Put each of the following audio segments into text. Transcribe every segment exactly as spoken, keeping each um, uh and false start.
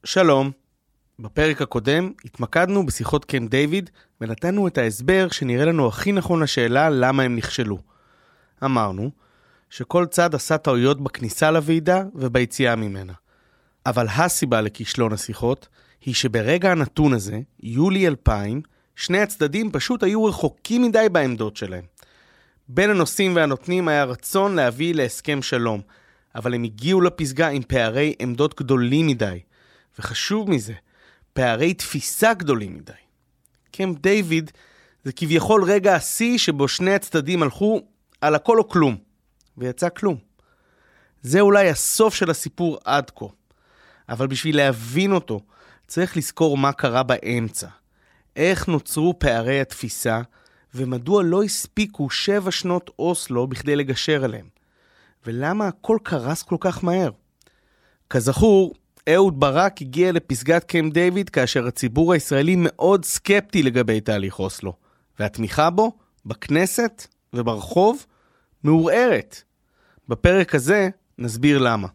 שלום, בפרק הקודם התמקדנו בשיחות קמפ דיוויד ונתנו את ההסבר שנראה לנו הכי נכון לשאלה למה הם נכשלו. אמרנו שכל צד עשה טעויות בכניסה לוועידה וביציאה ממנה. אבל הסיבה לכישלון השיחות היא שברגע הנתון הזה, יולי אלפיים, שני הצדדים פשוט היו רחוקים מדי בעמדות שלהם. בין הנושאים והנותנים היה רצון להביא להסכם שלום, אבל הם הגיעו לפסגה עם פערי עמדות גדולים מדי. וחשוב מזה, פערי תפיסה גדולים מדי. קמפ דיוויד זה כביכול רגע השיא שבו שני הצדדים הלכו על הכל או כלום, ויצא כלום. זה אולי הסוף של הסיפור עד כה, אבל בשביל להבין אותו, צריך לזכור מה קרה באמצע. איך נוצרו פערי התפיסה, ומדוע לא הספיקו שבע שנות אוסלו בכדי לגשר עליהם. ולמה הכל קרס כל כך מהר? כזכור, אהוד ברק הגיע לפסגת קמפ דיוויד כאשר הציבור הישראלי מאוד סקפטי לגבי תהליך אוסלו, והתמיכה בו, בכנסת וברחוב, מעורערת. בפרק הזה נסביר למה.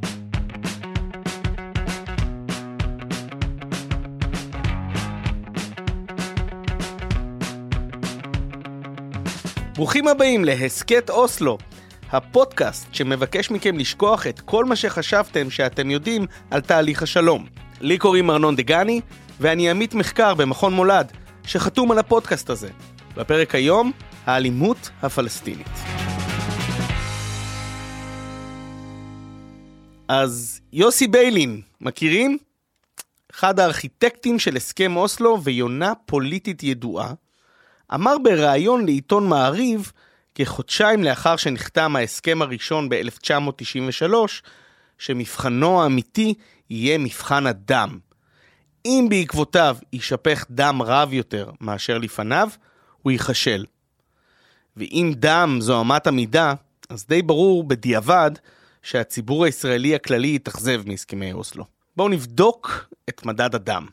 ברוכים הבאים להסקט אוסלו, הפודקאסט שמבקש מכם לשכוח את כל מה שחשבתם שאתם יודעים על תהליך השלום. לי קוראים ארנון דגני, ואני עמית מחקר במכון מולד, שחתום על הפודקאסט הזה. בפרק היום, האלימות הפלסטינית. אז יוסי ביילין, מכירים? אחד הארכיטקטים של הסכם אוסלו ויונה פוליטית ידועה, אמר בראיון לעיתון מעריב, כחודשיים לאחר שנחתם ההסכם הראשון ב-אלף תשע מאות תשעים ושלוש, שמבחנו האמיתי יהיה מבחן הדם. אם בעקבותיו יישפך דם רב יותר מאשר לפניו, הוא ייחשל. ואם דם זו אמת המידה, אז די ברור בדיעבד שהציבור הישראלי הכללי יתאכזב מהסכמי אוסלו. בואו נבדוק את מדד הדם.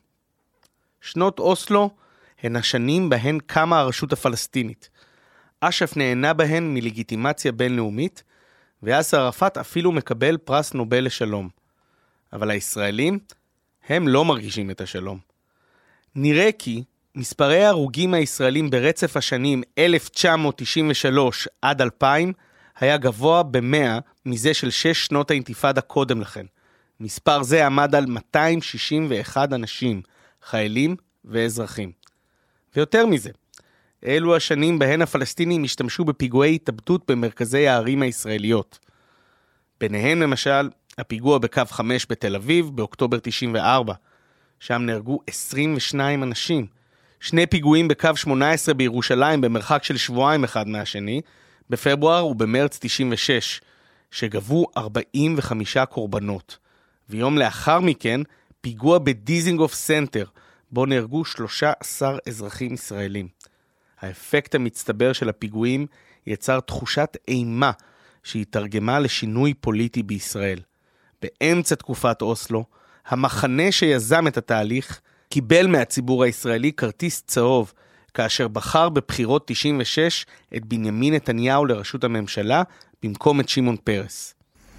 שנות אוסלו הן השנים בהן קמה הרשות הפלסטינית. אש"ף נהנה בהן מלגיטימציה בינלאומית, ויאסר ערפאת אפילו מקבל פרס נובל לשלום. אבל הישראלים, הם לא מרגישים את השלום. נראה כי מספרי ההרוגים הישראלים ברצף השנים אלף תשע מאות תשעים ושלוש עד אלפיים היה גבוה ב-מאה מזה של שש שנות האינתיפאדה קודם לכן. מספר זה עמד על מאתיים שישים ואחד אנשים, חיילים ואזרחים. ויותר מזה, אלו השנים בהן הפלסטינים השתמשו בפיגועי התאבדות במרכזי הערים הישראליות. ביניהם למשל, הפיגוע בקו חמש בתל אביב באוקטובר תשעים וארבע, שם נהרגו עשרים ושניים אנשים. שני פיגועים בקו שמונה עשרה בירושלים במרחק של שבועיים אחד מהשני, בפברואר ובמרץ תשעים ושש, שגבו ארבעים וחמישה קורבנות. ויום לאחר מכן, פיגוע בדיזינגוף סנטר, בו נהרגו שלושה עשר אזרחים ישראלים. האפקט המצטבר של הפיגועים יצר תחושת אימה שהתרגמה לשינוי פוליטי בישראל. באמצע תקופת אוסלו, המחנה שיזם את התהליך קיבל מהציבור הישראלי כרטיס צהוב, כאשר בחר בבחירות תשעים ושש את בנימין נתניהו לראשות הממשלה במקום את שמעון פרס.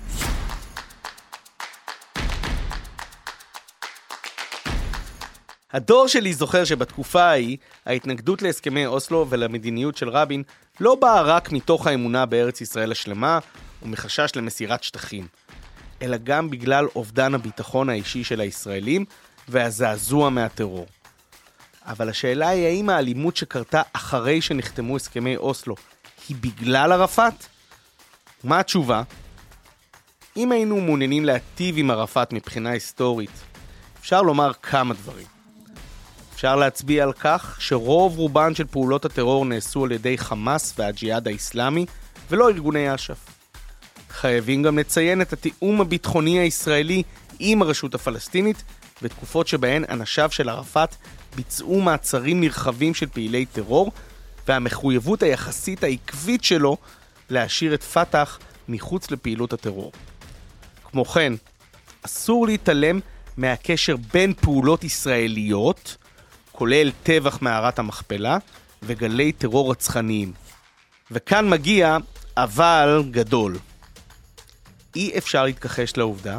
הדור שלי זוכר שבתקופה ההיא, ההתנגדות להסכמי אוסלו ולמדיניות של רבין לא באה רק מתוך האמונה בארץ ישראל השלמה ומחשש למסירת שטחים, אלא גם בגלל אובדן הביטחון האישי של הישראלים והזעזוע מהטרור. אבל השאלה היא האם האלימות שקרתה אחרי שנחתמו הסכמי אוסלו היא בגלל ערפאת? מה התשובה? אם היינו מעוניינים להטיב עם ערפאת מבחינה היסטורית, אפשר לומר כמה דברים. אפשר להצביע על כך שרוב רובן של פעולות הטרור נעשו על ידי חמאס והג'יהאד האסלאמי ולא ארגוני אש"ף. חייבים גם לציין את התיאום הביטחוני הישראלי עם הרשות הפלסטינית בתקופות שבהן אנשיו של ערפאת ביצעו מעצרים נרחבים של פעילי טרור והמחויבות היחסית העקבית שלו להשאיר את פתח מחוץ לפעילות הטרור. כמו כן, אסור להתעלם מהקשר בין פעולות ישראליות, כולל טבח מערת המכפלה, וגלי טרור רצחניים. וכאן מגיע אבל גדול. אי אפשר להתכחש לעובדה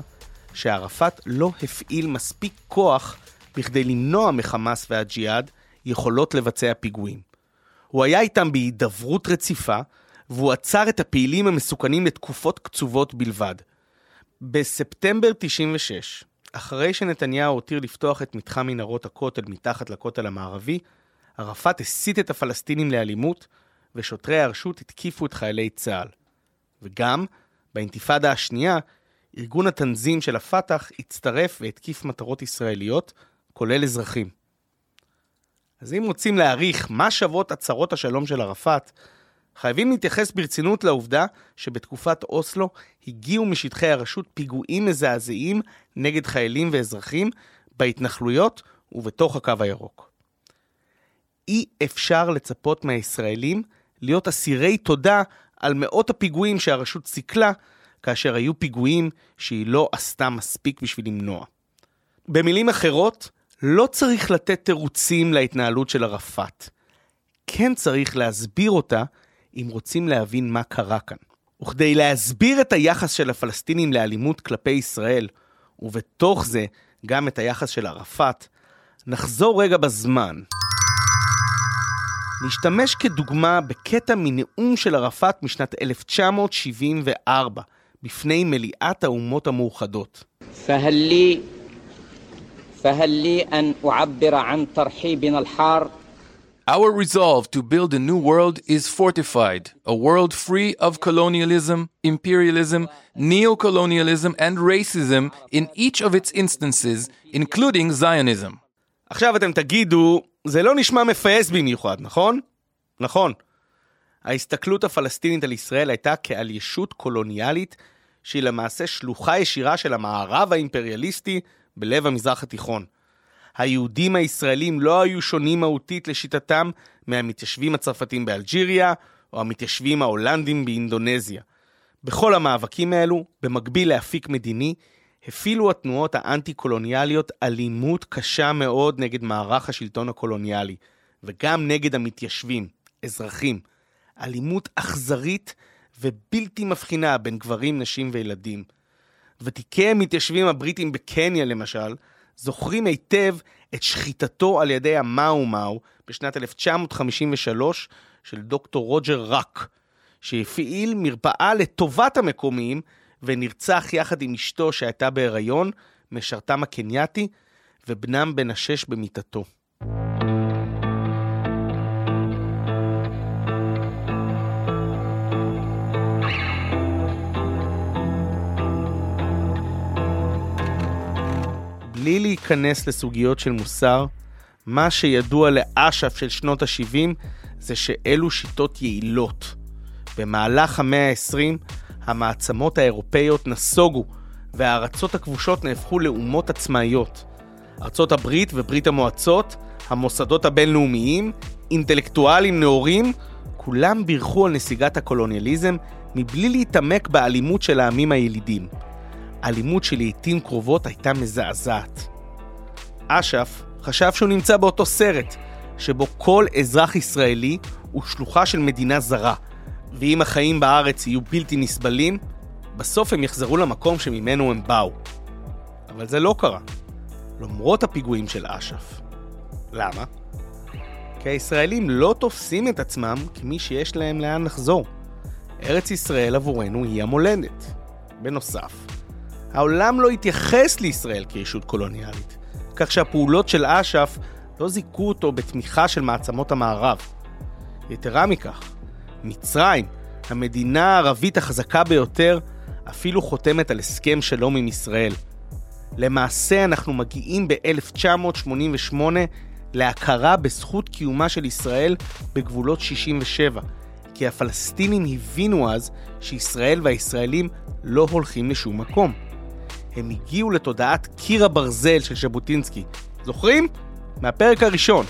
שערפאת לא הפעיל מספיק כוח בכדי למנוע מחמאס והג'יהאד יכולות לבצע פיגועים. הוא היה איתם בהידברות רציפה, והוא עצר את הפעילים המסוכנים לתקופות קצובות בלבד. בספטמבר תשעים ושש, אחרי שנתניהו הותיר לפתוח את מתחם מנהרות הכותל מתחת לכותל המערבי, ערפאת הסית את הפלסטינים לאלימות, ושוטרי הרשות התקיפו את חיילי צה"ל. וגם, באינתיפאדה השנייה, ארגון התנזים של הפתח הצטרף והתקיף מטרות ישראליות, כולל אזרחים. אז אם רוצים להעריך מה שוות הצהרות השלום של ערפאת, חייבים להתייחס ברצינות לעובדה שבתקופת אוסלו הגיעו משטחי הרשות פיגועים מזעזעים נגד חיילים ואזרחים בהתנחלויות ובתוך הקו הירוק. אי אפשר לצפות מהישראלים להיות אסירי תודה על מאות הפיגועים שהרשות סיכלה, כאשר היו פיגועים שהיא לא עשתה מספיק בשביל למנוע. במילים אחרות, לא צריך לתת תירוצים להתנהלות של ערפאת. כן צריך להסביר אותה אם רוצים להבין מה קרה כאן. וכדי להסביר את היחס של הפלסטינים לאלימות כלפי ישראל, ובתוך זה גם את היחס של ערפאת, נחזור רגע בזמן. נשתמש כדוגמה בקטע מנאום של ערפאת משנת אלף תשע מאות שבעים וארבע, בפני מליאת האומות המאוחדות. فهل لي فهل لي أن أعبر عن ترحيبنا الحار. Our resolve to build a new world is fortified, a world free of colonialism, imperialism, neo-colonialism and racism in each of its instances, including Zionism. עכשיו אתם תגידו, זה לא נשמע מפייס במיוחד, נכון? נכון. ההסתכלות הפלסטינית על ישראל הייתה כעל ישות קולוניאלית, שהיא למעשה שלוחה ישירה של המערב האימפריאליסטי בלב המזרח התיכון. היהודים הישראלים לא היו שונים מהותית לשיטתם מהמתיישבים הצרפתים באלג'יריה או המתיישבים ההולנדים באינדונזיה. בכל המאבקים האלו, במקביל להפיק מדיני, הפעילו התנועות האנטי-קולוניאליות אלימות קשה מאוד נגד מערך השלטון הקולוניאלי, וגם נגד המתיישבים, אזרחים. אלימות אכזרית ובלתי מבחינה בין גברים, נשים וילדים. ותיקי המתיישבים הבריטים בקניה למשל, זוכרים היטב את שחיטתו על ידי המאו מאו בשנת אלף תשע מאות חמישים ושלוש של דוקטור רוג'ר רק, שהפעיל מרפאה לטובת המקומיים ונרצח יחד עם אשתו שהייתה בהיריון, משרתם הקנייתי, ובנם בן השש במיטתו. בלי להיכנס לסוגיות של מוסר, מה שידוע לאש"ף של שנות ה-שבעים זה שאלו שיטות יעילות. במהלך המאה ה-עשרים, המעצמות האירופאיות נסוגו, והארצות הכבושות נהפכו לאומות עצמאיות. ארצות הברית וברית המועצות, המוסדות הבינלאומיים, אינטלקטואלים נאורים, כולם בירכו על נסיגת הקולוניאליזם מבלי להתעמק באלימות של העמים הילידים. אלימות שלעיתים קרובות הייתה מזעזעת. אש"ף חשב שהוא נמצא באותו סרט, שבו כל אזרח ישראלי הוא שלוחה של מדינה זרה, ואם החיים בארץ יהיו בלתי נסבלים, בסוף הם יחזרו למקום שממנו הם באו. אבל זה לא קרה, למרות הפיגועים של אש"ף. למה? כי הישראלים לא תופסים את עצמם כמי שיש להם לאן לחזור. ארץ ישראל עבורנו היא המולדת. בנוסף, העולם לא התייחס לישראל כישות קולוניאלית, כך שהפעולות של אש"ף לא זיקו אותו בתמיכה של מעצמות המערב. יתרה מכך, מצרים, המדינה הערבית החזקה ביותר, אפילו חותמת על הסכם שלום עם ישראל. למעשה אנחנו מגיעים ב-אלף תשע מאות שמונים ושמונה להכרה בזכות קיומה של ישראל בגבולות שישים ושבע, כי הפלסטינים הבינו אז שישראל והישראלים לא הולכים לשום מקום. הם הגיעו לתודעת קיר הברזל של ז'בוטינסקי. זוכרים? מהפרק הראשון.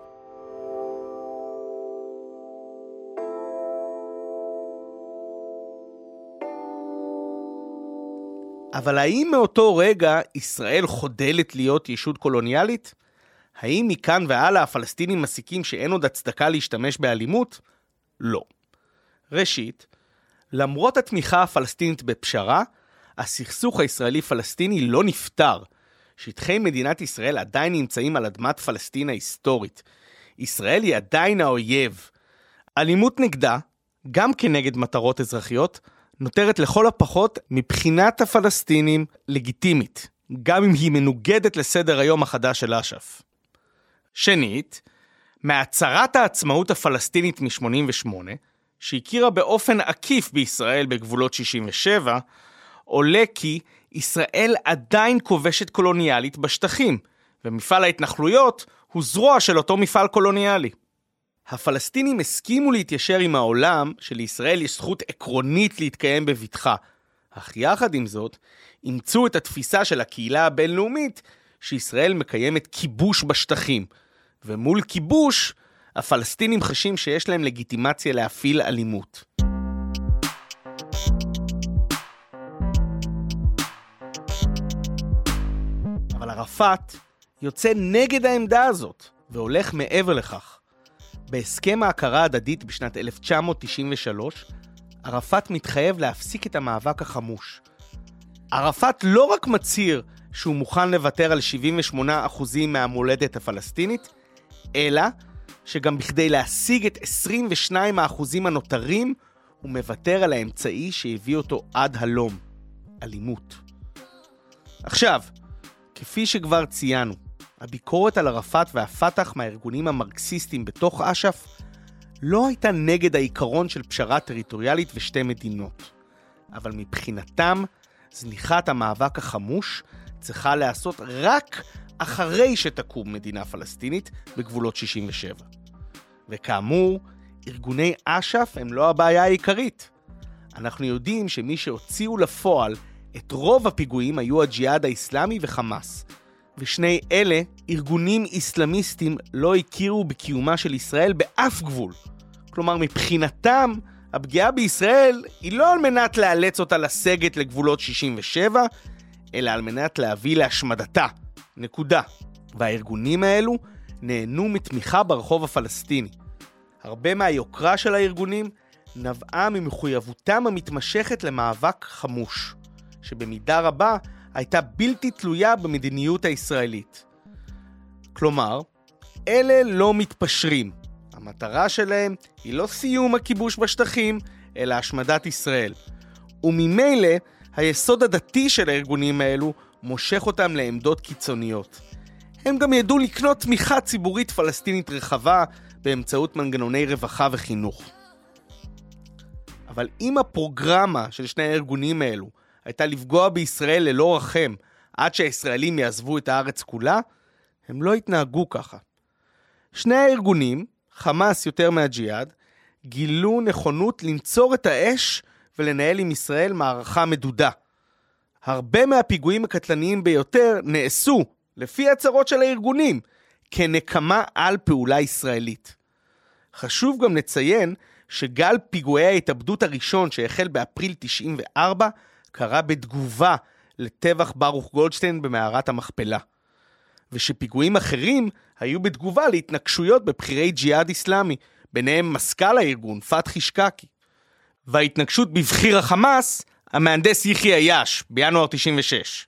אבל האם מאותו רגע ישראל חודלת להיות ישות קולוניאלית? האם מכאן והלאה הפלסטינים מסיקים שאין עוד הצדקה להשתמש באלימות? לא. ראשית, למרות התמיכה הפלסטינית בפשרה, הסכסוך הישראלי-פלסטיני לא נפטר. שטחי מדינת ישראל עדיין נמצאים על אדמת פלסטין ההיסטורית. ישראל היא עדיין האויב. אלימות נגדה, גם כנגד מטרות אזרחיות, נותרת לכל הפחות מבחינת הפלסטינים לגיטימית, גם אם היא מנוגדת לסדר היום החדש של אש"ף. שנית, מהצהרת העצמאות הפלסטינית מ-שמונים ושמונה, שהכירה באופן עקיף בישראל בגבולות שישים ושבע, עולה כי ישראל עדיין כובשת קולוניאלית בשטחים, ומפעל ההתנחלויות הוא זרוע של אותו מפעל קולוניאלי. הפלסטינים הסכימו להתיישר עם העולם שלישראל יש זכות עקרונית להתקיים בבטחה, אך יחד עם זאת, אימצו את התפיסה של הקהילה הבינלאומית שישראל מקיימת כיבוש בשטחים, ומול כיבוש, הפלסטינים חשים שיש להם לגיטימציה להפעיל אלימות. אבל ערפאת יוצא נגד העמדה הזאת, והולך מעבר לכך. בהסכם ההכרה ההדדית בשנת אלף תשע מאות תשעים ושלוש, ערפאת מתחייב להפסיק את המאבק החמוש. ערפאת לא רק מצהיר שהוא מוכן לוותר על שבעים ושמונה אחוז מהמולדת הפלסטינית, אלא שגם בכדי להשיג את עשרים ושניים אחוז הנותרים, הוא מוותר על האמצעי שהביא אותו עד הלום, אלימות. עכשיו, כפי שכבר ציינו, הביקורת על ערפאת והפתח מהארגונים המרקסיסטיים בתוך אש"ף לא הייתה נגד העיקרון של פשרה טריטוריאלית ושתי מדינות. אבל מבחינתם, זניחת המאבק החמוש צריכה לעשות רק אחרי שתקום מדינה פלסטינית בגבולות שישים ושבע. וכאמור, ארגוני אש"ף הם לא הבעיה העיקרית. אנחנו יודעים שמי שהוציאו לפועל את רוב הפיגועים היו הג'יהאד האסלאמי וחמאס. ושני אלה, ארגונים איסלאמיסטים, לא הכירו בקיומה של ישראל באף גבול. כלומר, מבחינתם, הפגיעה בישראל היא לא על מנת לאלץ אותה לסגת לגבולות שישים ושבע, אלא על מנת להביא להשמדתה. נקודה. והארגונים האלו נהנו מתמיכה ברחוב הפלסטיני. הרבה מהיוקרה של הארגונים נבעה ממחויבותם המתמשכת למאבק חמוש, שבמידה רבה הייתה בלתי תלויה במדיניות הישראלית. כלומר, אלה לא מתפשרים. המטרה שלהם היא לא סיום הכיבוש בשטחים, אלא השמדת ישראל. וממילא, היסוד הדתי של הארגונים האלו מושך אותם לעמדות קיצוניות. הם גם ידעו לקנות תמיכה ציבורית פלסטינית רחבה באמצעות מנגנוני רווחה וחינוך. אבל אם הפרוגרמה של שני הארגונים האלו הייתה לפגוע בישראל ללא רחם עד שהישראלים יעזבו את הארץ כולה, הם לא התנהגו ככה. שני הארגונים, חמאס יותר מהג'יהאד, גילו נכונות לנצור את האש ולנהל עם ישראל מערכה מדודה. הרבה מהפיגועים הקטלניים ביותר נעשו, לפי הצהרות של הארגונים, כנקמה על פעולה ישראלית. חשוב גם לציין שגל פיגועי ההתאבדות הראשון שהחל באפריל תשעים וארבע, קרה בתגובה לטבח ברוך גולדשטיין במערת המכפלה. ושפיגועים אחרים היו בתגובה להתנגשויות בבחירי ג'יהאד איסלאמי, ביניהם מזכ"ל הארגון, פתחי שקקי. וההתנגשות בבחיר החמאס, המהנדס יחיא עיאש, בינואר תשעים ושש.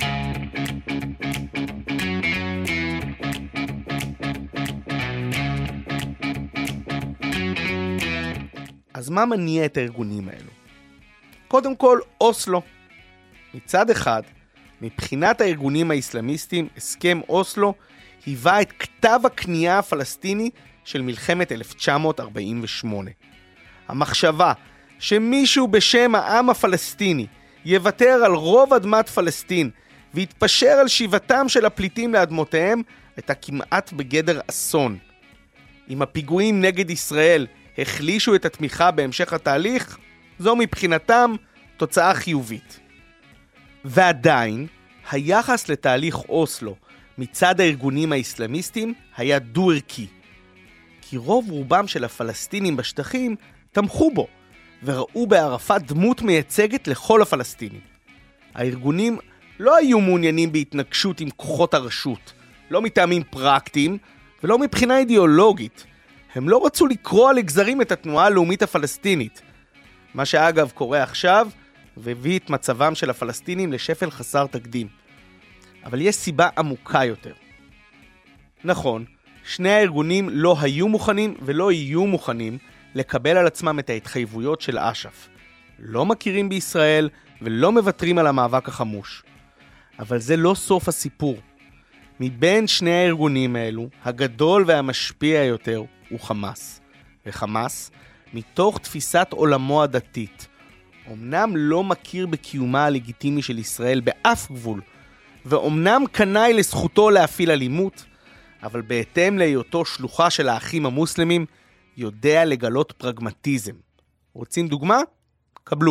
אז מה מניע את הארגונים האלו? קודם כל, אוסלו. מצד אחד, מבחינת הארגונים האסלאמיסטיים, הסכם אוסלו היווה את כתב הקנייה הפלסטיני של מלחמת אלף תשע מאות ארבעים ושמונה. המחשבה שמישהו בשם העם הפלסטיני יוותר על רוב אדמת פלסטין ויתפשר על שיבתם של הפליטים לאדמותיהם הייתה כמעט בגדר אסון. אם הפיגועים נגד ישראל החלישו את התמיכה בהמשך התהליך, זו מבחינתם תוצאה חיובית. ועדיין, היחס לתהליך אוסלו מצד הארגונים האסלאמיסטיים היה דו-ערכי. כי רוב רובם של הפלסטינים בשטחים תמכו בו, וראו בערפאת דמות מייצגת לכל הפלסטינים. הארגונים לא היו מעוניינים בהתנגשות עם כוחות הרשות, לא מטעמים פרקטיים ולא מבחינה אידיאולוגית. הם לא רצו לקרוא לגזרים את התנועה הלאומית הפלסטינית. מה שאגב קורה עכשיו, והביא את מצבם של הפלסטינים לשפל חסר תקדים. אבל יש סיבה עמוקה יותר. נכון, שני הארגונים לא היו מוכנים ולא יהיו מוכנים לקבל על עצמם את ההתחייבויות של אש"ף. לא מכירים בישראל ולא מוותרים על המאבק החמוש. אבל זה לא סוף הסיפור. מבין שני הארגונים האלו, הגדול והמשפיע יותר הוא חמאס. וחמאס, מתוך תפיסת עולמו הדתית, אמנם לא מכיר בקיומה הלגיטימי של ישראל באף גבול, ואומנם קנאי לזכותו להפעיל אלימות, אבל בהתאם להיותו שלוחה של האחים המוסלמים, יודע לגלות פרגמטיזם. רוצים דוגמה? קבלו.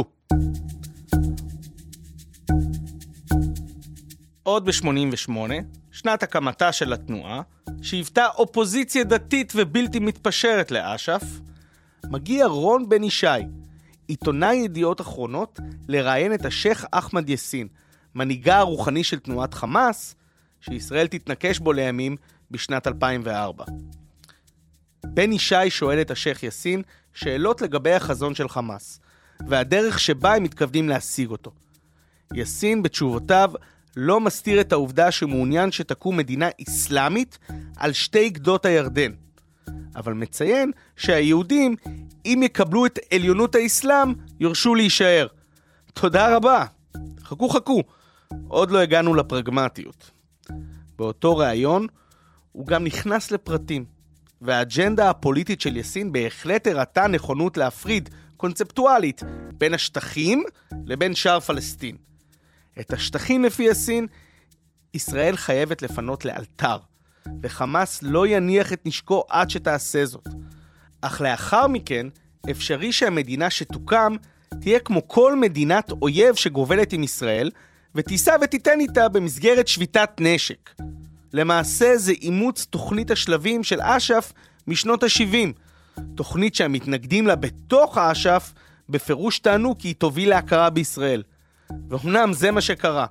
עוד ב-שמונים ושמונה, שנת הקמתה של התנועה, שהיוותה אופוזיציה דתית ובלתי מתפשרת לאש"ף, מגיע רון בן ישי, עיתונאי ידיעות אחרונות, לראיין את השייח אחמד יאסין, מנהיגה הרוחני של תנועת חמאס, שישראל תתנקש בו לימים בשנת אלפיים וארבע. בן ישי שואל את השייח יאסין שאלות לגבי החזון של חמאס, והדרך שבה הם מתכוונים להשיג אותו. יאסין בתשובותיו לא מסתיר את העובדה שמעוניין שתקום מדינה אסלאמית על שתי גדות הירדן, אבל מציין שהיהודים, אם יקבלו את עליונות האסלאם, יורשו להישאר. תודה רבה. חכו חכו. עוד לא הגענו לפרגמטיות. באותו ראיון הוא גם נכנס לפרטים, והאג'נדה הפוליטית של יאסין בהחלט הראתה נכונות להפריד קונספטואלית בין השטחים לבין שער פלסטין. את השטחים לפי יאסין, ישראל חייבת לפנות לאלתר, וחמאס לא יניח את נשקו עד שתעשה זאת. אך לאחר מכן, אפשרי שהמדינה שתוקם תהיה כמו כל מדינת אויב שגובלת עם ישראל, ותיסע ותיתן איתה במסגרת שביתת נשק. למעשה זה אימוץ תוכנית השלבים של אש"ף משנות ה-שבעים, תוכנית שהמתנגדים לה בתוך האש"ף בפירוש טענו כי היא תוביל להכרה בישראל. ואומנם זה מה שקרה.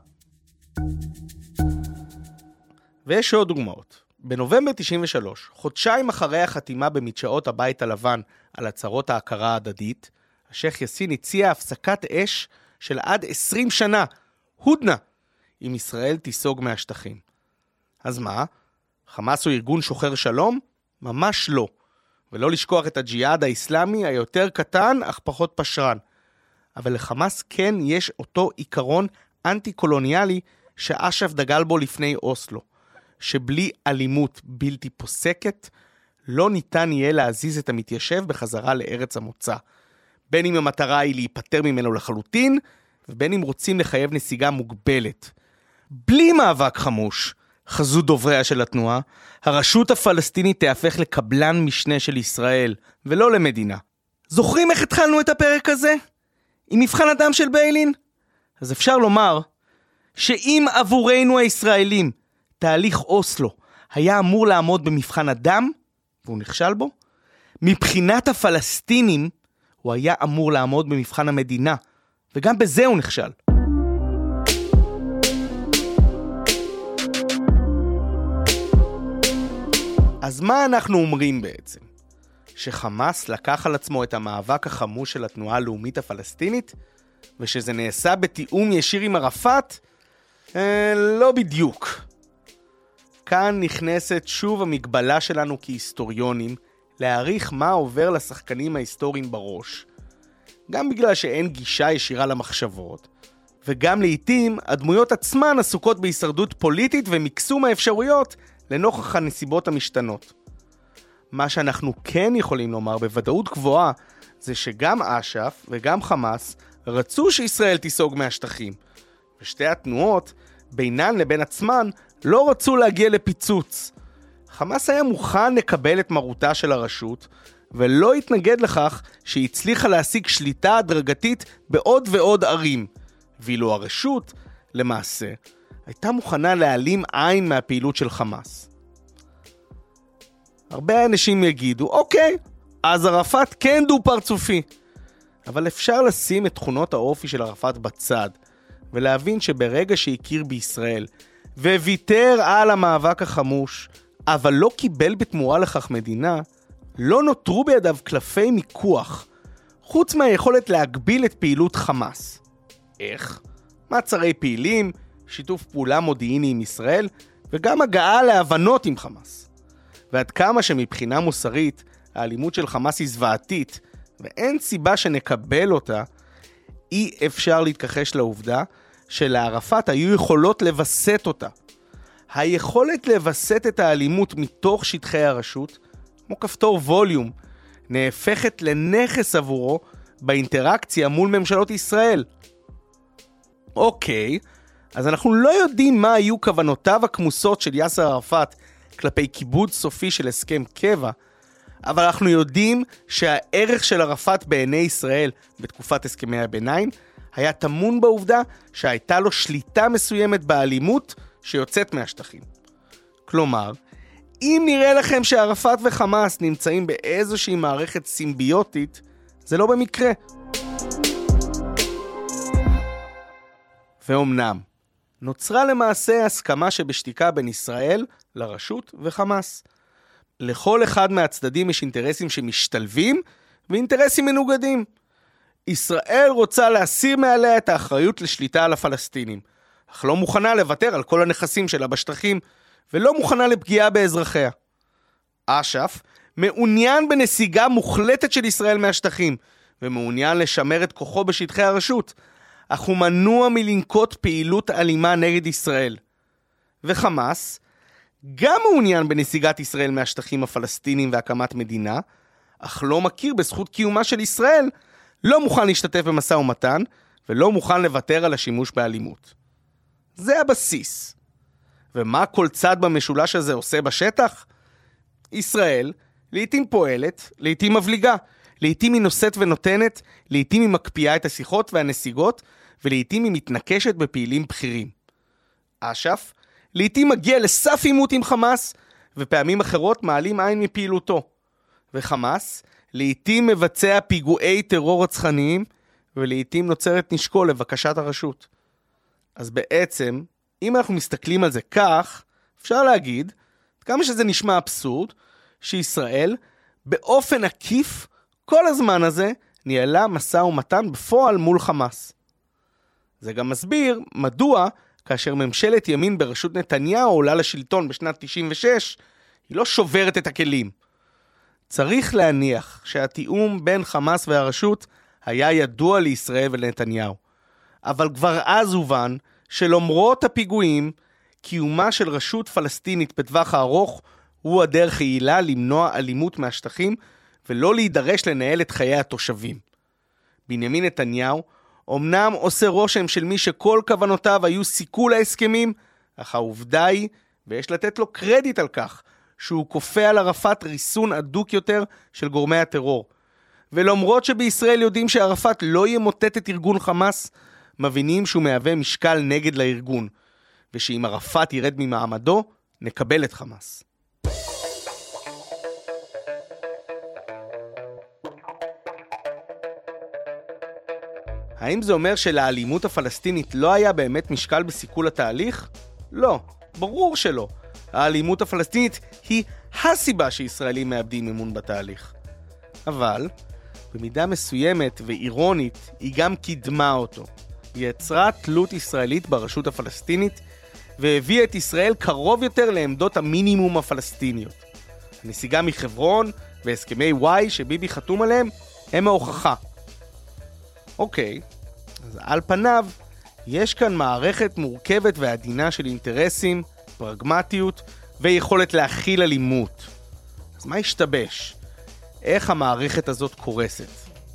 ויש עוד דוגמאות. בנובמבר תשעים ושלוש, חודשיים אחרי החתימה במדשאות הבית הלבן על הצהרות ההכרה ההדדית, השייח יאסין הציע הפסקת אש של עד עשרים שנה, הודנה, אם ישראל תיסוג מהשטחים. אז מה? חמאס הוא ארגון שוחר שלום? ממש לא. ולא לשכוח את הג'יהאד האסלאמי היותר קטן אך פחות פשרן. אבל לחמאס כן יש אותו עיקרון אנטי-קולוניאלי שאש"ף דגל בו לפני אוסלו, שבלי אלימות בלתי פוסקת לא ניתן יהיה להזיז את המתיישב בחזרה לארץ המוצא, בין אם המטרה היא להיפטר ממנו לחלוטין, ובין אם רוצים לחייב נסיגה מוגבלת. בלי מאבק חמוש, חזו דובריה של התנועה, הרשות הפלסטינית תהפך לקבלן משנה של ישראל, ולא למדינה. זוכרים איך התחלנו את הפרק הזה? עם מבחן הדם של ביילין? אז אפשר לומר שאם עבורנו הישראלים תהליך אוסלו היה אמור לעמוד במבחן הדם, והוא נכשל בו, מבחינת הפלסטינים הוא היה אמור לעמוד במבחן המדינה, וגם בזה הוא נכשל. אז מה אנחנו אומרים בעצם? שחמאס לקח על עצמו את המאבק החמוש של התנועה הלאומית הפלסטינית, ושזה נעשה בתיאום ישיר עם ערפאת? אה, לא בדיוק. כאן נכנסת שוב המגבלה שלנו כהיסטוריונים, להעריך מה עובר לשחקנים ההיסטוריים בראש. גם בגלל שאין גישה ישירה למחשבות, וגם לעתים הדמויות עצמן עסוקות בהישרדות פוליטית ומקסום האפשרויות לנוכח הנסיבות המשתנות. מה שאנחנו כן יכולים לומר בוודאות גבוהה, זה שגם אש"ף וגם חמאס רצו שישראל תיסוג מהשטחים. ושתי התנועות, בינן לבין עצמן, לא רצו להגיע לפיצוץ. חמאס היה מוכן לקבל את מרותה של הרשות, ולא התנגד לכך שהיא הצליחה להשיג שליטה הדרגתית בעוד ועוד ערים. ואילו הרשות, למעשה, הייתה מוכנה להעלים עין מהפעילות של חמאס. הרבה אנשים יגידו, אוקיי, אז ערפאת כן דו פרצופי. אבל אפשר לשים את תכונות האופי של ערפאת בצד, ולהבין שברגע שהכיר בישראל, וויתר על המאבק החמוש, אבל לא קיבל בתמורה לכך מדינה, לא נותרו בידיו קלפי מיקוח, חוץ מהיכולת להגביל את פעילות חמאס. איך? מעצרי פעילים, שיתוף פעולה מודיעיני עם ישראל, וגם הגעה להבנות עם חמאס. ועד כמה שמבחינה מוסרית, האלימות של חמאס היא זוועתית, ואין סיבה שנקבל אותה, אי אפשר להתכחש לעובדה שלערפאת היו יכולות לבסט אותה. היכולת לבסט את האלימות מתוך שטחי הרשות, כמו כפתור ווליום, נהפכת לנכס עבורו באינטראקציה מול ממשלות ישראל. אוקיי, אז אנחנו לא יודעים מה היו כוונותיו הכמוסות של יאסר ערפאת כלפי כיבוד סופי של הסכם קבע, אבל אנחנו יודעים שהערך של ערפאת בעיני ישראל בתקופת הסכמי הביניים היה טמון בעובדה שהייתה לו שליטה מסוימת באלימות שיוצאת מהשטחים. כלומר, אם נראה לכם שערפאת וחמאס נמצאים באיזושהי מערכת סימביוטית, זה לא במקרה. ואומנם, נוצרה למעשה הסכמה שבשתיקה בין ישראל לרשות וחמאס. לכל אחד מהצדדים יש אינטרסים שמשתלבים ואינטרסים מנוגדים. ישראל רוצה להסיר מעליה את האחריות לשליטה על הפלסטינים, אך לא מוכנה לוותר על כל הנכסים שלה בשטחים, ולא מוכנה לפגיעה באזרחיה. אש"ף מעוניין בנסיגה מוחלטת של ישראל מהשטחים, ומעוניין לשמר את כוחו בשטחי הרשות, אך הוא מנוע מלנקוט פעילות אלימה נגד ישראל. וחמאס גם מעוניין בנסיגת ישראל מהשטחים הפלסטינים והקמת מדינה, אך לא מכיר בזכות קיומה של ישראל, לא מוכן להשתתף במשא ומתן, ולא מוכן לוותר על השימוש באלימות. זה הבסיס. ומה כל צד במשולש הזה עושה בשטח? ישראל לעתים פועלת, לעתים מבליגה, לעתים היא נושאת ונותנת, לעתים היא מקפיאה את השיחות והנסיגות, ולעתים היא מתנקשת בפעילים בכירים. אש"ף לעתים מגיע לסף עימות עם חמאס, ופעמים אחרות מעלים עין מפעילותו. וחמאס לעתים מבצע פיגועי טרור רצחניים, ולעתים נוצרת נשקו לבקשת הרשות. אז בעצם, אם אנחנו מסתכלים על זה כך, אפשר להגיד, כמה שזה נשמע אבסורד, שישראל באופן עקיף כל הזמן הזה ניהלה משא ומתן בפועל מול חמאס. זה גם מסביר מדוע כאשר ממשלת ימין בראשות נתניהו עולה לשלטון בשנת תשעים ושש, היא לא שוברת את הכלים. צריך להניח שהתיאום בין חמאס והרשות היה ידוע לישראל ולנתניהו. אבל כבר אז הובן שלמרות הפיגועים, קיומה של רשות פלסטינית בטווח הארוך הוא הדרך היעילה למנוע אלימות מהשטחים ולא להידרש לנהל את חיי התושבים. בנימין נתניהו אמנם עושה רושם של מי שכל כוונותיו היו סיכול ההסכמים, אך העובדה היא, ויש לתת לו קרדיט על כך, שהוא כופה על ערפאת ריסון עדוק יותר של גורמי הטרור. ולמרות שבישראל יודעים שערפאת לא ימוטט את ארגון חמאס, מבינים שהוא מהווה משקל נגד לארגון, ושאם ערפאת ירד ממעמדו, נקבל את חמאס. האם זה אומר שלאלימות הפלסטינית לא היה באמת משקל בסיכול התהליך? לא, ברור שלא. האלימות הפלסטינית היא הסיבה שישראלים מאבדים אמון בתהליך. אבל, במידה מסוימת ואירונית, היא גם קידמה אותו. היא יצרה תלות ישראלית ברשות הפלסטינית, והביאה את ישראל קרוב יותר לעמדות המינימום הפלסטיניות. הנסיגה מחברון והסכמי וואי שביבי חתום עליהם הם ההוכחה. אוקיי, אז על פניו יש כאן מערכת מורכבת ועדינה של אינטרסים, פרגמטיות ויכולת להכיל אלימות. אז מה השתבש? איך המערכת הזאת קורסת?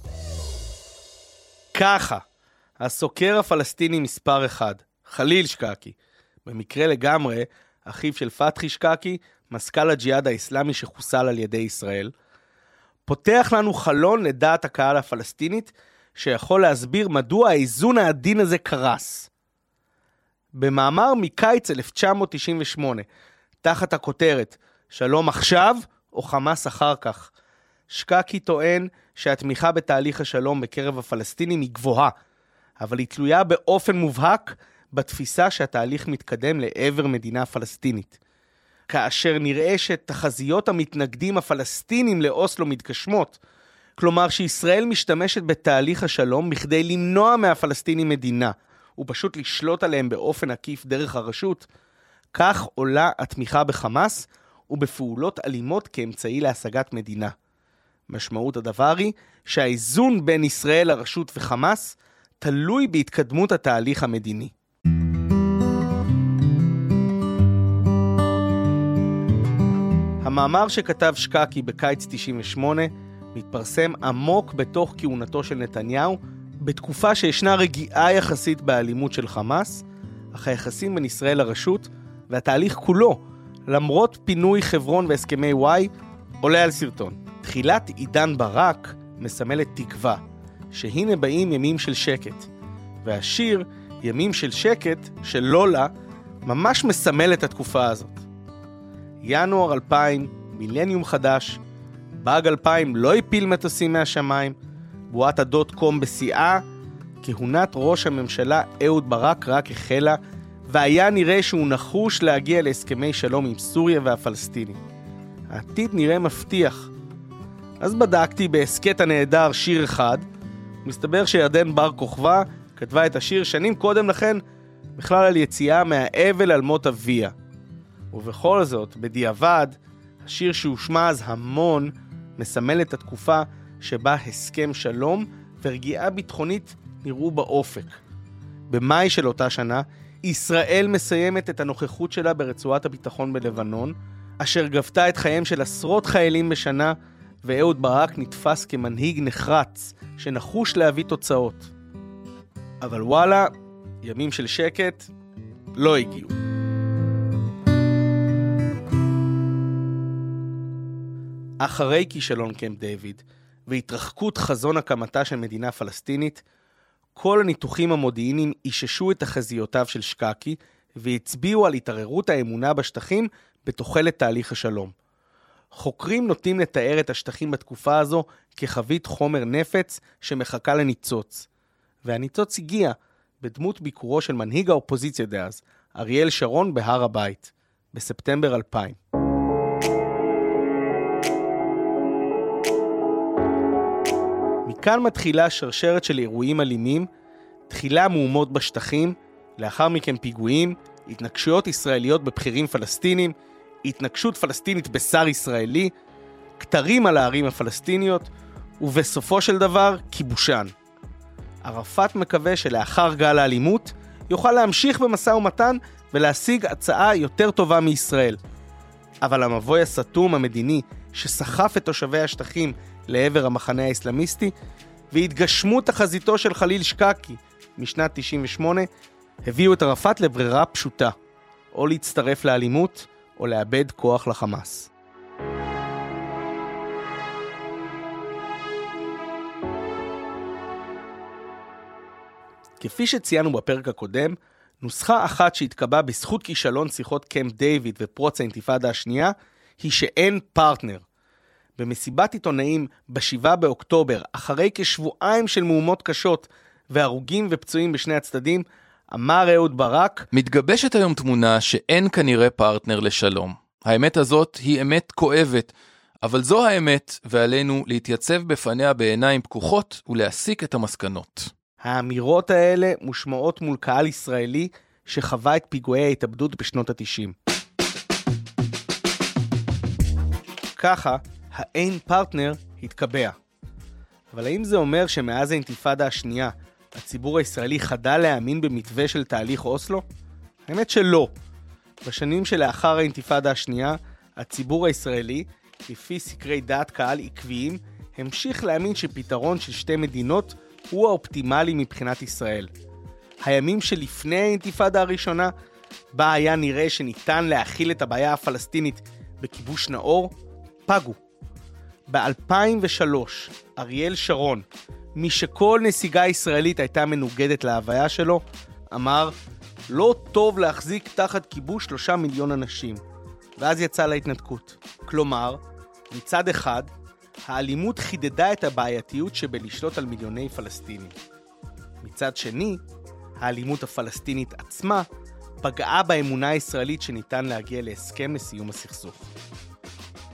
ככה, הסוקר הפלסטיני מספר אחד, חליל שקאקי, במקרה לגמרי אחיו של פתחי שקאקי, מזכ"ל הג'יהאד האסלאמי שחוסל על ידי ישראל, פותח לנו חלון לדעת הקהל הפלסטינית שיכול להסביר מדוע האיזון העדין הזה קרס. במאמר מקיץ אלף תשע מאות תשעים ושמונה, תחת הכותרת שלום עכשיו או חמאס אחר כך, שקאקי טוען שהתמיכה בתהליך השלום בקרב הפלסטינים היא גבוהה, אבל היא תלויה באופן מובהק בתפיסה שהתהליך מתקדם לעבר מדינה פלסטינית. כאשר נראה שתחזיות המתנגדים הפלסטינים לאוסלו מתגשמות, כלומר שישראל משתמשת בתהליך השלום בכדי למנוע מהפלסטינים מדינה, ופשוט לשלוט עליהם באופן עקיף דרך הרשות, כך עולה התמיכה בחמאס ובפעולות אלימות כאמצעי להשגת מדינה. משמעות הדבר היא שהאיזון בין ישראל, הרשות וחמאס תלוי בהתקדמות התהליך המדיני. המאמר שכתב שקקי בקיץ תשעים ושמונה מתפרסם עמוק בתוך כהונתו של נתניהו, בתקופה שישנה רגיעה יחסית באלימות של חמאס, אך היחסים בין ישראל לרשות והתהליך כולו, למרות פינוי חברון והסכמי וואי, עולה על סרטון. תחילת עידן ברק מסמלת תקווה, שהנה באים ימים של שקט, והשיר ימים של שקט של לולה ממש מסמל את התקופה הזאת. ינואר אלפיים, מילניום חדש, באג אלפיים לא הפיל מטוסים מהשמיים, בועת הדוט קום בשיאה, כהונת ראש הממשלה אהוד ברק רק החלה, והיה נראה שהוא נחוש להגיע להסכמי שלום עם סוריה והפלסטינים. העתיד נראה מבטיח. אז בדקתי בהסקט הנהדר שיר אחד, מסתבר שירדן בר כוכבא כתבה את השיר שנים קודם לכן, בכלל על יציאה מהאבל על מות אביה. ובכל זאת, בדיעבד, השיר שהושמע אז המון, מסמל את התקופה שבה הסכם שלום ורגיעה ביטחונית נראו באופק. במאי של אותה שנה, ישראל מסיימת את הנוכחות שלה ברצועת הביטחון בלבנון, אשר גבתה את חייהם של עשרות חיילים בשנה, ואהוד ברק נתפס כמנהיג נחרץ, שנחוש להביא תוצאות. אבל וואלה, ימים של שקט לא הגיעו. אחרי כישלון קמפ דיוויד והתרחקות חזון הקמתה של מדינה פלסטינית, כל הניתוחים המודיעיניים איששו את תחזיותיו של שקקי והצביעו על התערערות האמונה בשטחים בתוחלת תהליך השלום. חוקרים נוטים לתאר את השטחים בתקופה הזו כחבית חומר נפץ שמחכה לניצוץ. והניצוץ הגיע בדמות ביקורו של מנהיג האופוזיציה דאז, אריאל שרון בהר הבית, בספטמבר אלפיים. מכאן מתחילה שרשרת של אירועים אלימים, תחילה מהומות בשטחים, לאחר מכן פיגועים, התנגשויות ישראליות בבחירים פלסטינים, התנגשות פלסטינית בשר ישראלי, כתרים על הערים הפלסטיניות, ובסופו של דבר, כיבושן. ערפאת מקווה שלאחר גל האלימות, יוכל להמשיך במשא ומתן ולהשיג הצעה יותר טובה מישראל. אבל המבוי הסתום המדיני שסחף את תושבי השטחים לעבר המחנה האסלאמיסטי, והתגשמות החזיתו של חליל שקקי משנת תשעים ושמונה, הביאו את ערפאת לברירה פשוטה, או להצטרף לאלימות, או לאבד כוח לחמאס. כפי שציינו בפרק הקודם, נוסחה אחת שהתקבעה בזכות כישלון שיחות קמפ דיוויד ופרוץ האינתיפאדה השנייה, היא שאין פרטנר. במסיבת עיתונאים בשבעה באוקטובר, אחרי כשבועיים של מהומות קשות והרוגים ופצועים בשני הצדדים, אמר אהוד ברק, מתגבשת היום תמונה שאין כנראה פרטנר לשלום. האמת הזאת היא אמת כואבת, אבל זו האמת, ועלינו להתייצב בפניה בעיניים פקוחות ולהסיק את המסקנות. האמירות האלה מושמעות מול קהל ישראלי שחווה את פיגועי ההתאבדות בשנות ה-תשעים. ככה, האין פרטנר התקבע. אבל האם זה אומר שמאז האינתיפאדה השנייה, הציבור הישראלי חדל להאמין במתווה של תהליך אוסלו? האמת שלא. בשנים שלאחר האינתיפאדה השנייה, הציבור הישראלי, לפי סקרי דעת קהל עקביים, המשיך להאמין שפתרון של שתי מדינות הוא האופטימלי מבחינת ישראל. הימים שלפני האינתיפאדה הראשונה, בה היה נראה שניתן להכיל את הבעיה הפלסטינית בכיבוש נאור, פגו. ב-אלפיים ושלוש, אריאל שרון, מי שכל נסיגה ישראלית הייתה מנוגדת להוויה שלו, אמר, לא טוב להחזיק תחת כיבוש שלושה מיליון אנשים. ואז יצא להתנתקות. כלומר, מצד אחד, האלימות חידדה את הבעייתיות שבלשלוט על מיליוני פלסטינים. מצד שני, האלימות הפלסטינית עצמה פגעה באמונה הישראלית שניתן להגיע להסכם לסיום הסכסוך.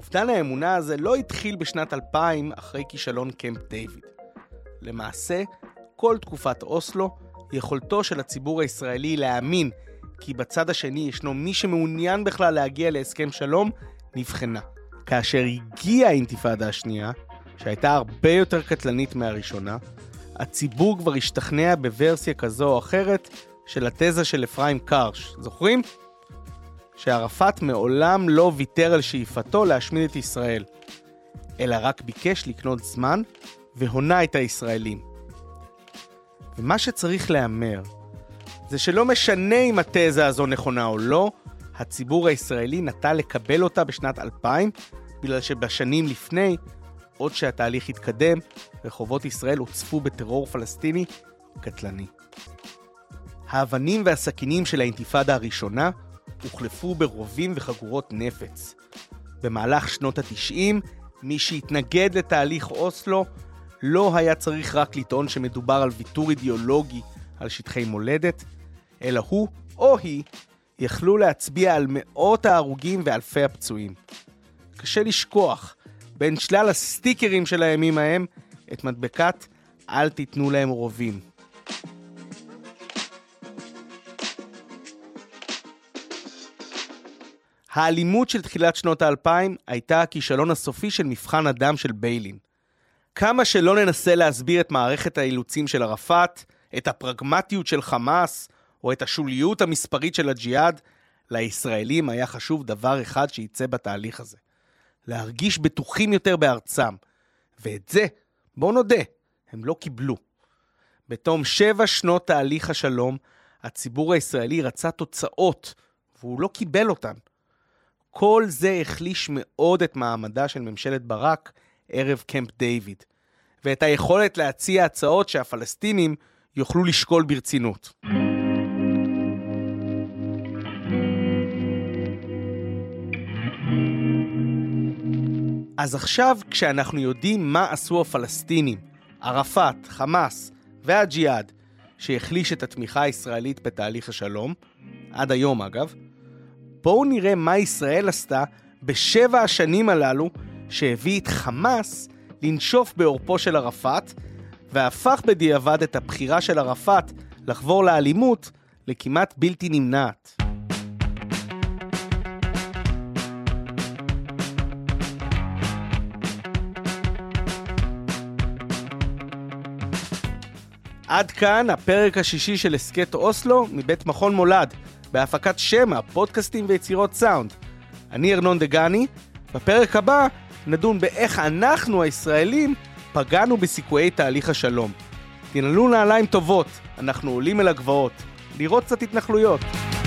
אובדן האמונה הזה לא התחיל בשנת אלפיים אחרי כישלון קמפ דיוויד. למעשה, כל תקופת אוסלו, יכולתו של הציבור הישראלי להאמין כי בצד השני ישנו מי שמעוניין בכלל להגיע להסכם שלום, נבחנה. כאשר הגיעה האינתיפאדה השנייה, שהייתה הרבה יותר קטלנית מהראשונה, הציבור כבר השתכנע בוורסיה כזו או אחרת של התזה של אפרים קרש. זוכרים? שערפאת מעולם לא ויתר על שאיפתו להשמיד את ישראל, אלא רק ביקש לקנות זמן והונה את הישראלים. ומה שצריך לאמר, זה שלא משנה אם התזה הזו נכונה או לא, הציבור הישראלי נטה לקבל אותה בשנת אלפיים, בגלל שבשנים לפני, עוד שהתהליך התקדם, רחובות ישראל הוצפו בטרור פלסטיני קטלני. האבנים והסכינים של האינתיפאדה הראשונה הוחלפו ברובים וחגורות נפץ. במהלך שנות ה-תשעים, מי שהתנגד לתהליך אוסלו לא היה צריך רק לטעון שמדובר על ויתור אידיאולוגי על שטחי מולדת, אלא הוא או היא יכלו להצביע על מאות ההרוגים ואלפי הפצועים. קשה לשכוח בין שלל הסטיקרים של הימים ההם את מדבקת אל תיתנו להם רובים. האלימות של תחילת שנות האלפיים הייתה הכישלון הסופי של מבחן הדם של ביילין. כמה שלא ננסה להסביר את מערכת האילוצים של ערפאת, את הפרגמטיות של חמאס, או את השוליות המספרית של הג'יהאד, לישראלים היה חשוב דבר אחד שיצא בתהליך הזה. להרגיש בטוחים יותר בארצם. ואת זה, בואו נודה, הם לא קיבלו. בתום שבע שנות תהליך השלום, הציבור הישראלי רצה תוצאות, והוא לא קיבל אותן. כל זה החליש מאוד את מעמדה של ממשלת ברק ערב קמפ דיוויד, ואת היכולת להציע הצעות שהפלסטינים יוכלו לשקול ברצינות. אז עכשיו, כשאנחנו יודעים מה עשו הפלסטינים, ערפאת, חמאס והג'יהאד, שהחליש את התמיכה הישראלית בתהליך השלום, עד היום אגב, בואו נראה מה ישראל עשתה בשבע השנים הללו שהביא את חמאס לנשוף באורפו של ערפאת, והפך בדיעבד את הבחירה של ערפאת לחבור לאלימות לכמעט בלתי נמנעת. עד כאן הפרק השישי של הסקט אוסלו מבית מכון מולד, בהפקת שמע, פודקאסטים ויצירות סאונד. אני ארנון דגני, בפרק הבא נדון באיך אנחנו הישראלים פגענו בסיכויי תהליך השלום. תנעלו נעליים טובות, אנחנו עולים אל הגבעות, לראות קצת התנחלויות.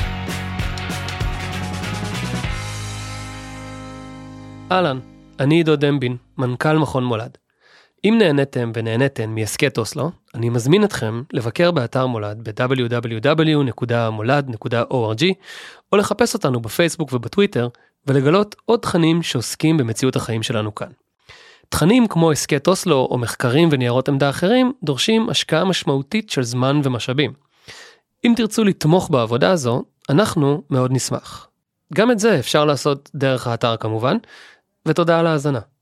אהלן, אני עידו דמבין, מנכ"ל מכון מולד. אם נהניתם ונהניתן מהסקט אוסלו, אני מזמין אתכם לבקר באתר מולד ב-דאבליו דאבליו דאבליו נקודה מולד נקודה או אר ג'י או לחפש אותנו בפייסבוק ובטוויטר ולגלות עוד תכנים שעוסקים במציאות החיים שלנו כאן. תכנים כמו הסקט אוסלו או מחקרים וניירות עמדה אחרים דורשים השקעה משמעותית של זמן ומשאבים. אם תרצו לתמוך בעבודה הזו, אנחנו מאוד נשמח. גם את זה אפשר לעשות דרך האתר כמובן, ותודה על ההאזנה.